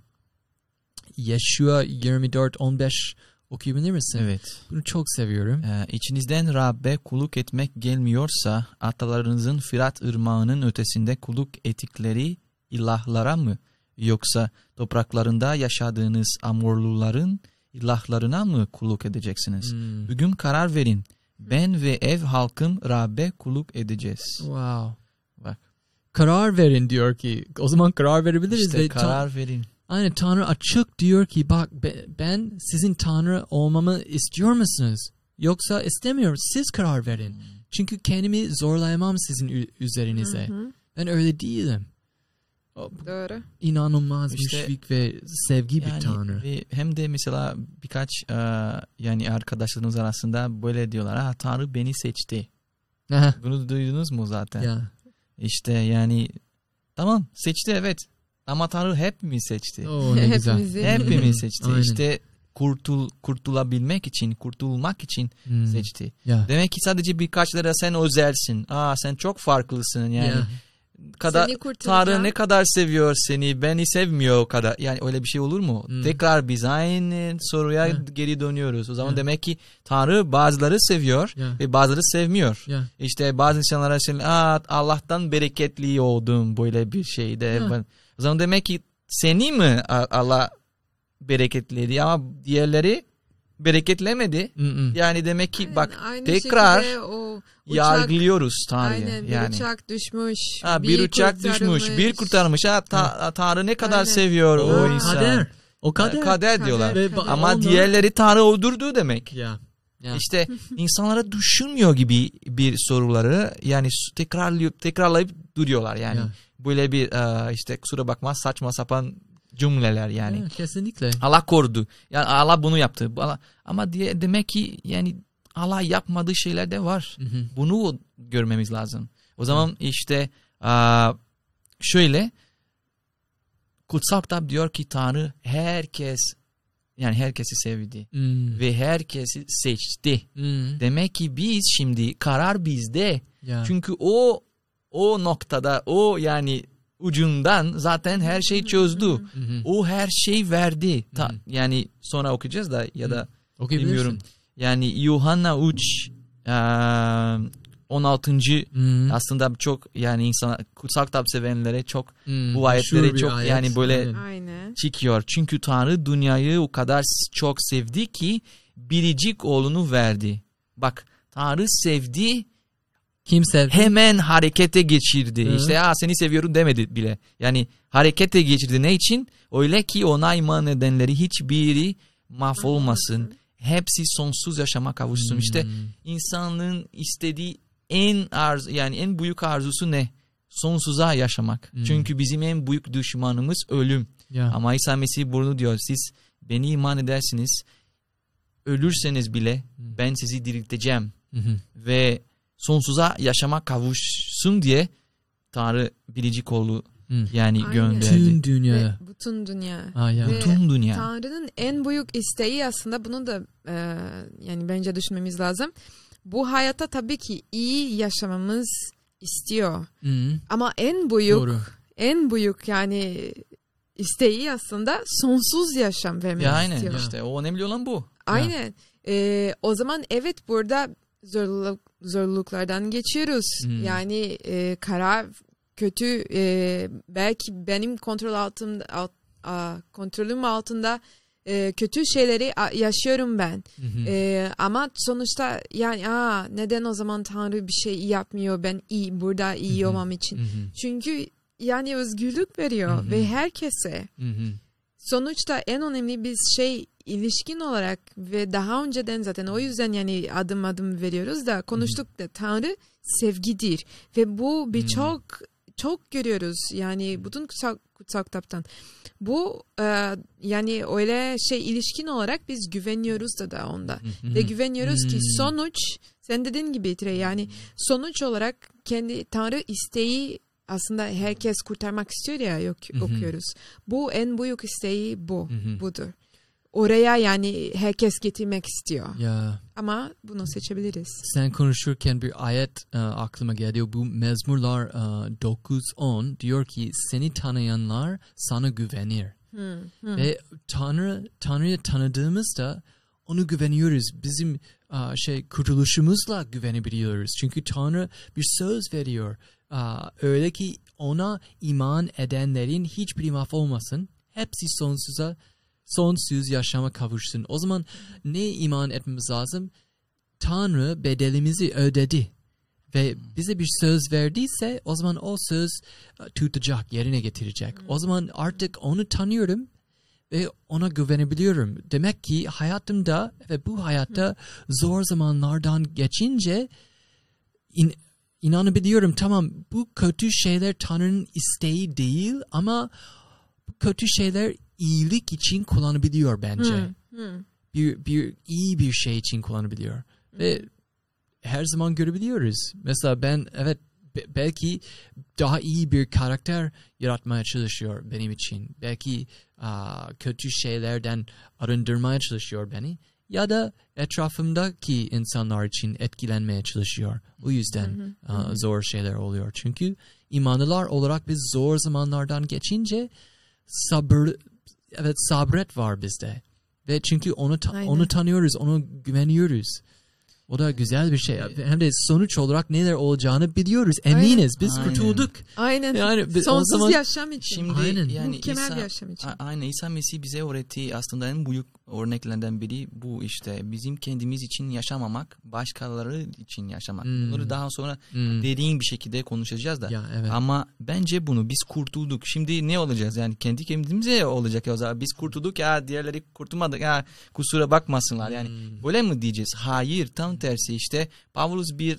Yeshua 24-15 okuyabilir misin? Evet. Bunu çok seviyorum. İçinizden Rabbe kulluk etmek gelmiyorsa atalarınızın Fırat ırmağının ötesinde kulluk ettikleri ilahlara mı? Yoksa topraklarında yaşadığınız Amorluların ilahlarına mı kulluk edeceksiniz? Bugün karar verin. Ben ve ev halkım Rabbe kulluk edeceğiz. Wow. Bak. Karar verin diyor ki. O zaman karar verebiliriz. İşte karar verin. Aynen, Tanrı açık diyor ki bak ben sizin Tanrı olmamı istiyor musunuz? Yoksa istemiyorum. Siz karar verin. Çünkü kendimi zorlayamam sizin üzerinize. Ben öyle değilim. Doğru. İnanılmaz müşfik ve sevgi bir Tanrı. Ve hem de mesela birkaç yani arkadaşlarımız arasında böyle diyorlar. Tanrı beni seçti. Bunu duydunuz mu zaten? Ya. İşte yani tamam seçti evet. Ama Tanrı hep mi seçti? Ne güzel. Hepimiz seçti. Aynen. İşte kurtulmak için seçti. Yeah. Demek ki sadece birkaçlara sen özelsin. Sen çok farklısın yani. Yeah. Tanrı ne kadar seviyor seni, beni sevmiyor o kadar. Yani öyle bir şey olur mu? Tekrar biz aynı soruya geri dönüyoruz. O zaman demek ki Tanrı bazıları seviyor ve bazıları sevmiyor. İşte bazı insanlara Allah'tan bereketli oldum böyle bir şeyde. O zaman demek ki seni mi Allah bereketledi ama diğerleri bereketlemedi. Yani demek ki bak tekrar yargılıyoruz Tanrı'yı. Aynen, yani. uçak düşmüş. Bir uçak düşmüş, bir kurtarmış. Tanrı ne kadar seviyor o insan. O kader diyorlar. Ama diğerleri Tanrı öldürdü demek. Yeah. İşte insanlara düşünmüyor gibi bir soruları yani tekrarlayıp duruyorlar yani. Böyle bir işte kusura bakma saçma sapan cümleler yani. Kesinlikle. Allah korudu. Yani Allah bunu yaptı. Ama demek ki yani Allah yapmadığı şeyler de var. Bunu görmemiz lazım. O zaman işte şöyle kutsal kitap diyor ki Tanrı herkesi sevdi ve herkesi seçti. Demek ki biz şimdi karar bizde. Çünkü o noktada yani ucundan zaten her şey çözdü. O her şey verdi. Yani sonra okuyacağız da ya da bilmiyorum. Yani Yuhanna 3 16. aslında çok yani insan kutsal kitap sevenlere çok bu ayetleri çok ayet. Yani böyle çıkıyor. Çünkü Tanrı dünyayı o kadar çok sevdi ki biricik oğlunu verdi. Bak Tanrı sevdi. Kim sevdi? Hemen harekete geçirdi. İşte seni seviyorum demedi bile. Yani harekete geçirdi. Ne için? Öyle ki ona iman edenleri hiçbiri mahvolmasın. Hepsi sonsuz yaşama kavuşsun. İşte insanlığın istediği en büyük arzusu ne? Sonsuza yaşamak. Çünkü bizim en büyük düşmanımız ölüm. Ama İsa Mesih bunu diyor. Siz beni iman edersiniz. Ölürseniz bile ben sizi dirilteceğim. Ve sonsuza yaşama kavuşsun diye Tanrı biricik oğlu yani gönderdi. Bütün dünya. Bütün dünya. Bütün dünya. Tanrı'nın en büyük isteği aslında bunu da yani bence düşünmemiz lazım. Bu hayatta tabii ki iyi yaşamamız istiyor. Ama en büyük yani isteği aslında sonsuz yaşam vermek aynen. istiyor. İşte o önemli olan bu. Aynen. O zaman evet burada zorluklardan geçiyoruz. Yani karar kötü belki benim kontrolüm altında kötü şeyleri yaşıyorum ben. Ama sonuçta yani neden o zaman Tanrı bir şey yapmıyor ben burada iyi olmam için? Çünkü yani özgürlük veriyor ve herkese. Sonuçta en önemli biz ilişkin olarak ve daha önceden zaten o yüzden yani adım adım veriyoruz da konuştuk da Tanrı sevgidir ve bu birçok çok görüyoruz yani bütün kutsal kitaptan. Bu yani öyle ilişkin olarak biz güveniyoruz da onda. Ve güveniyoruz ki sonuç sen dediğin gibi yani sonuç olarak kendi Tanrı isteği aslında herkes kurtarmak istiyor ya okuyoruz. Bu en büyük isteği budur. Oraya yani herkes getirmek istiyor. Ya. Ama bunu seçebiliriz. Sen konuşurken bir ayet aklıma geliyor. Bu Mezmurlar 9-10 diyor ki seni tanıyanlar sana güvenir. Ve Tanrı'yı tanıdığımızda onu güveniyoruz. Bizim kurtuluşumuzla güvenebiliyoruz. Çünkü Tanrı bir söz veriyor. Öyle ki ona iman edenlerin hiçbiri mahvolmasın. Hepsi sonsuz yaşama kavuşsun. O zaman ne iman etmemiz lazım? Tanrı bedelimizi ödedi. Ve bize bir söz verdiyse o zaman o söz tutacak, yerine getirecek. O zaman artık onu tanıyorum ve ona güvenebiliyorum. Demek ki hayatımda ve bu hayatta zor zamanlardan geçince inanabiliyorum. Tamam, bu kötü şeyler Tanrı'nın isteği değil ama bu kötü şeyler iyilik için kullanabiliyor bence. Bir iyi bir şey için kullanabiliyor. Ve her zaman görebiliyoruz. Mesela ben belki daha iyi bir karakter yaratmaya çalışıyor benim için. Belki kötü şeylerden arındırmaya çalışıyor beni. Ya da etrafımdaki insanlar için etkilenmeye çalışıyor. O yüzden zor şeyler oluyor. Çünkü imanlılar olarak biz zor zamanlardan geçince sabret var bizde. Ve çünkü onu tanıyoruz, onu güveniyoruz. O da güzel bir şey. Hem de sonuç olarak neler olacağını biliyoruz. Eminiz. Biz kurtulduk. Aynen. Yani sonsuz yaşam için. Şimdi yani mükemmel bir yaşam için. Aynen. İsa Mesih bize öğretti. Aslında en büyük örneklerden biri bu işte. Bizim kendimiz için yaşamamak, başkaları için yaşamak. Bunları daha sonra derin bir şekilde konuşacağız da. Ya, evet. Ama bence biz kurtulduk. Şimdi ne olacağız? Yani kendi kendimize olacak. O zaman biz kurtulduk ya, diğerleri kurtulmadık ya, kusura bakmasınlar. Yani böyle mi diyeceğiz? Hayır, tam tersi işte. Pavlus bir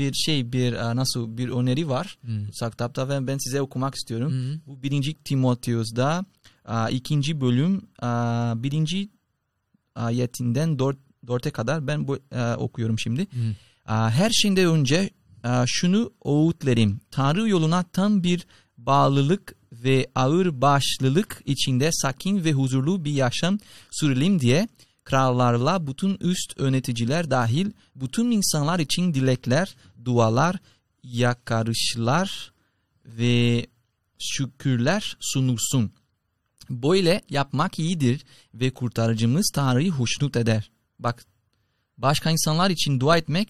öneri var. Kitapta ve ben size okumak istiyorum. Bu 1. Timoteus'da 2. bölüm 1. ayetinden 4'e kadar ben okuyorum şimdi. Her şeyden önce şunu öğütlerim. Tanrı yoluna tam bir bağlılık ve ağır başlılık içinde sakin ve huzurlu bir yaşam sürelim diye krallarla bütün üst yöneticiler dahil bütün insanlar için dilekler, dualar, yakarışlar ve şükürler sunulsun. Böyle yapmak iyidir ve kurtarıcımız Tanrı'yı hoşnut eder. Bak, başka insanlar için dua etmek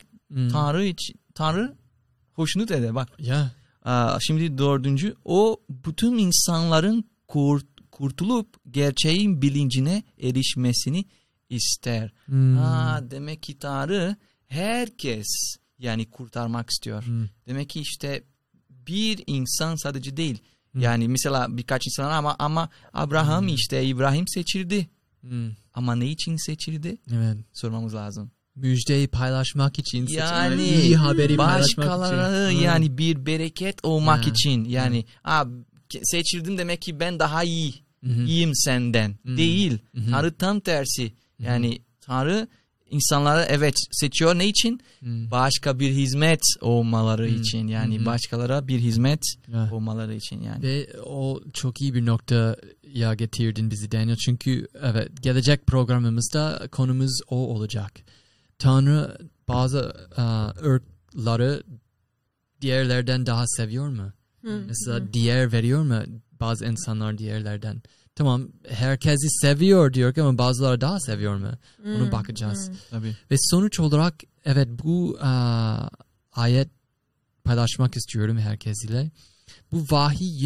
Tanrı hoşnut eder. Bak. Yeah. Şimdi 4. O bütün insanların kurtulup gerçeğin bilincine erişmesini ister. Demek ki Tanrı herkes yani kurtarmak istiyor. Demek ki işte bir insan sadece değil. Yani mesela birkaç insan ama Abraham İbrahim seçildi. Ama ne için seçildi? Evet. Sormamız lazım. Müjdeyi paylaşmak için, yani iyi haberi paylaşmak için. Başkaları yani bir bereket olmak için. Yani seçildim demek ki ben daha iyiyim senden. Değil. Tanrı tam tersi. Yani Tanrı insanları seçiyor ne için? Başka bir hizmet olmaları için. Yani başkalara bir hizmet olmaları için yani. Ve o çok iyi bir noktaya getirdin bizi Daniel. Çünkü gelecek programımızda konumuz o olacak. Tanrı bazı ırkları diğerlerden daha seviyor mu? Mesela değer veriyor mu bazı insanlar diğerlerden? Tamam, herkesi seviyor diyor ama bazıları daha seviyor mu? Onu bakacağız. Tabii. Ve sonuç olarak bu ayet paylaşmak istiyorum herkesiyle. Bu Vahiy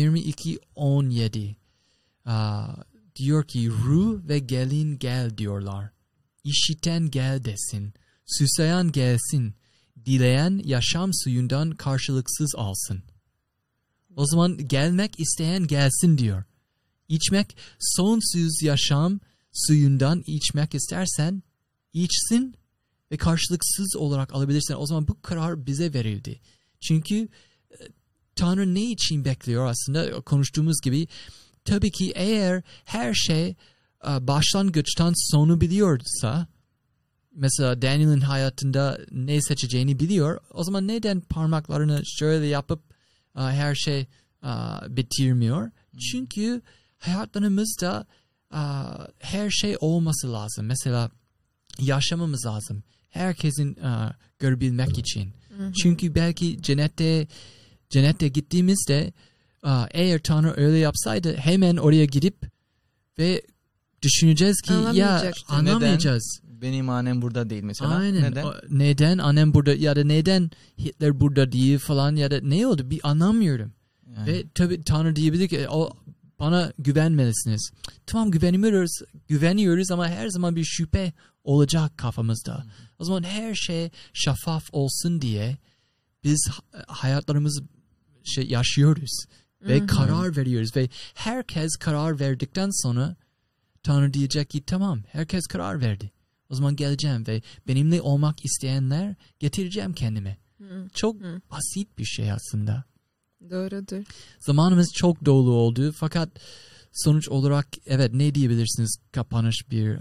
22:17 diyor ki ruh ve gelin gel diyorlar. İşiten gel desin. Susayan gelsin. Dileyen yaşam suyundan karşılıksız alsın. O zaman gelmek isteyen gelsin diyor. İçmek, sonsuz yaşam suyundan içmek istersen içsin ve karşılıksız olarak alabilirsin. O zaman bu karar bize verildi. Çünkü Tanrı ne için bekliyor aslında? Konuştuğumuz gibi tabii ki eğer her şey başlangıçtan sonu biliyorsa, mesela Daniel'in hayatında ne seçeceğini biliyor, o zaman neden parmaklarını şöyle yapıp her şey bitirmiyor? Çünkü hayatlarımızda her şey olması lazım. Mesela yaşamamız lazım. Herkesin görebilmek için. Çünkü belki cennette gittiğimizde eğer Tanrı öyle yapsaydı hemen oraya gidip ve düşüneceğiz ki ya anlamayacağız. Benim annem burada değil mesela. Aynen. Neden? Neden annem burada ya da neden Hitler burada değil falan ya da ne oldu bir anlamıyorum. Yani. Ve tabii Tanrı diyebilir ki bana güvenmelisiniz. Tamam güveniyoruz ama her zaman bir şüphe olacak kafamızda. O zaman her şey şeffaf olsun diye biz hayatlarımızı yaşıyoruz ve karar veriyoruz ve herkes karar verdikten sonra Tanrı diyecek ki tamam herkes karar verdi. O zaman geleceğim ve benimle olmak isteyenler getireceğim kendime. Çok basit bir şey aslında. Doğrudur. Zamanımız çok dolu oldu fakat sonuç olarak evet ne diyebilirsiniz kapanış bir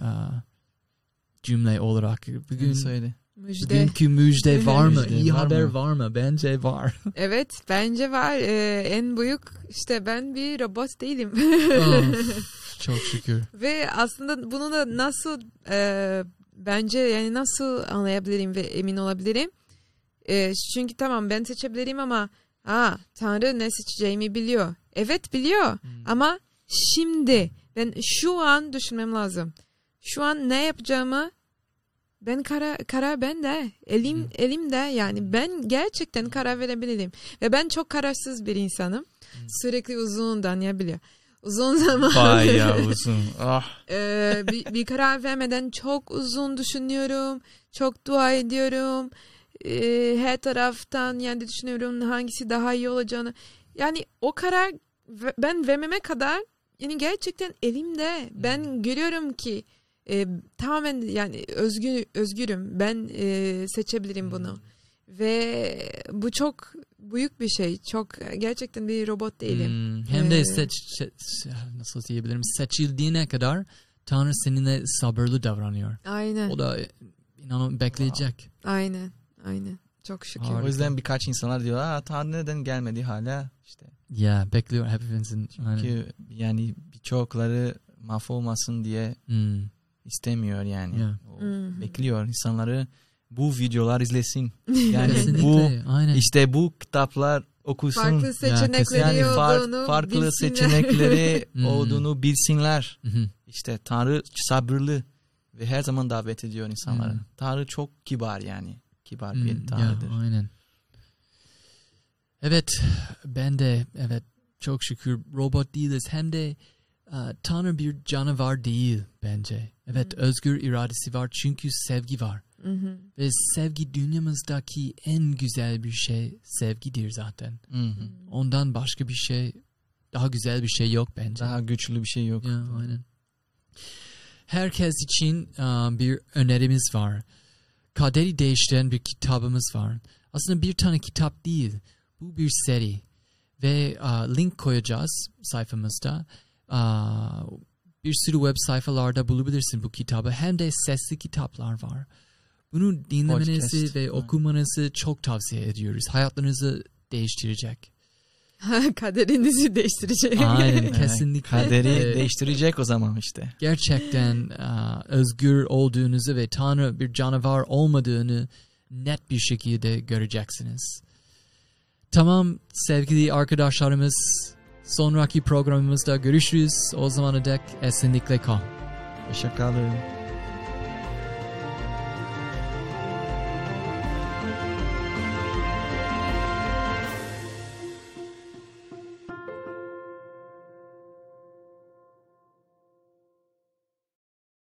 cümle olarak? Bugünkü müjde var mı? İyi haber var mı? Bence var. Evet bence var. En büyük işte ben bir robot değilim. Çok şükür. Ve aslında bunu da nasıl bence yani nasıl anlayabilirim ve emin olabilirim? Çünkü tamam ben seçebilirim ama Tanrı ne seçeceğimi biliyor. Evet biliyor ama şimdi ben şu an düşünmem lazım. Şu an ne yapacağımı ben karar bende. Elimde yani ben gerçekten karar verebilirim. Ve ben çok kararsız bir insanım. Sürekli uzundan ya biliyor. Uzun zaman. Bayağı uzun. Bir karar vermeden çok uzun düşünüyorum. Çok dua ediyorum. Her taraftan yani düşünüyorum hangisi daha iyi olacağını. Yani o karar ben vermeme kadar yani gerçekten elimde. Ben görüyorum ki tamamen yani özgürüm. Ben seçebilirim bunu. Ve bu çok büyük bir şey. Çok gerçekten bir robot değilim. Hem de nasıl diyebilirim? Seçildiğine kadar Tanrı seninle sabırlı davranıyor. Aynen. O da inanın bekleyecek. Aynen. Çok şükür. O yüzden birkaç insanlar diyor Tanrı neden gelmedi hala işte. Ya bekliyor hepimizin. Çünkü yani birçokları mahvolmasın diye istemiyor yani. Bekliyor insanları bu videolar izlesin. Yani bu işte bu kitaplar okusun. Farklı seçenekleri yani farklı seçenekleri olduğunu bilsinler. İşte Tanrı sabırlı ve her zaman davet ediyor insanları. Tanrı çok kibar yani. Kibar bir Tanrı'dır. Aynen. Evet ben de çok şükür robot değiliz. Hem de Tanrı bir canavar değil bence. Evet özgür iradesi var çünkü sevgi var. Ve sevgi dünyamızdaki en güzel bir şey sevgidir zaten. Ondan başka bir şey, daha güzel bir şey yok bence. Daha güçlü bir şey yok. Ya, aynen. Herkes için bir önerimiz var. Kaderi değiştiren bir kitabımız var. Aslında bir tane kitap değil. Bu bir seri. Ve link koyacağız sayfamızda. Bir sürü web sayfalarda bulabilirsin bu kitabı. Hem de sesli kitaplar var. Bunu dinlemenizi ve okumanızı çok tavsiye ediyoruz. Hayatlarınızı değiştirecek. Kaderinizi değiştirecek. Aynen kesinlikle. Kaderi değiştirecek o zaman işte. Gerçekten özgür olduğunuzu ve Tanrı bir canavar olmadığını net bir şekilde göreceksiniz. Tamam sevgili arkadaşlarımız, sonraki programımızda görüşürüz. O zamana dek esenlikle kal. Hoşça kalın.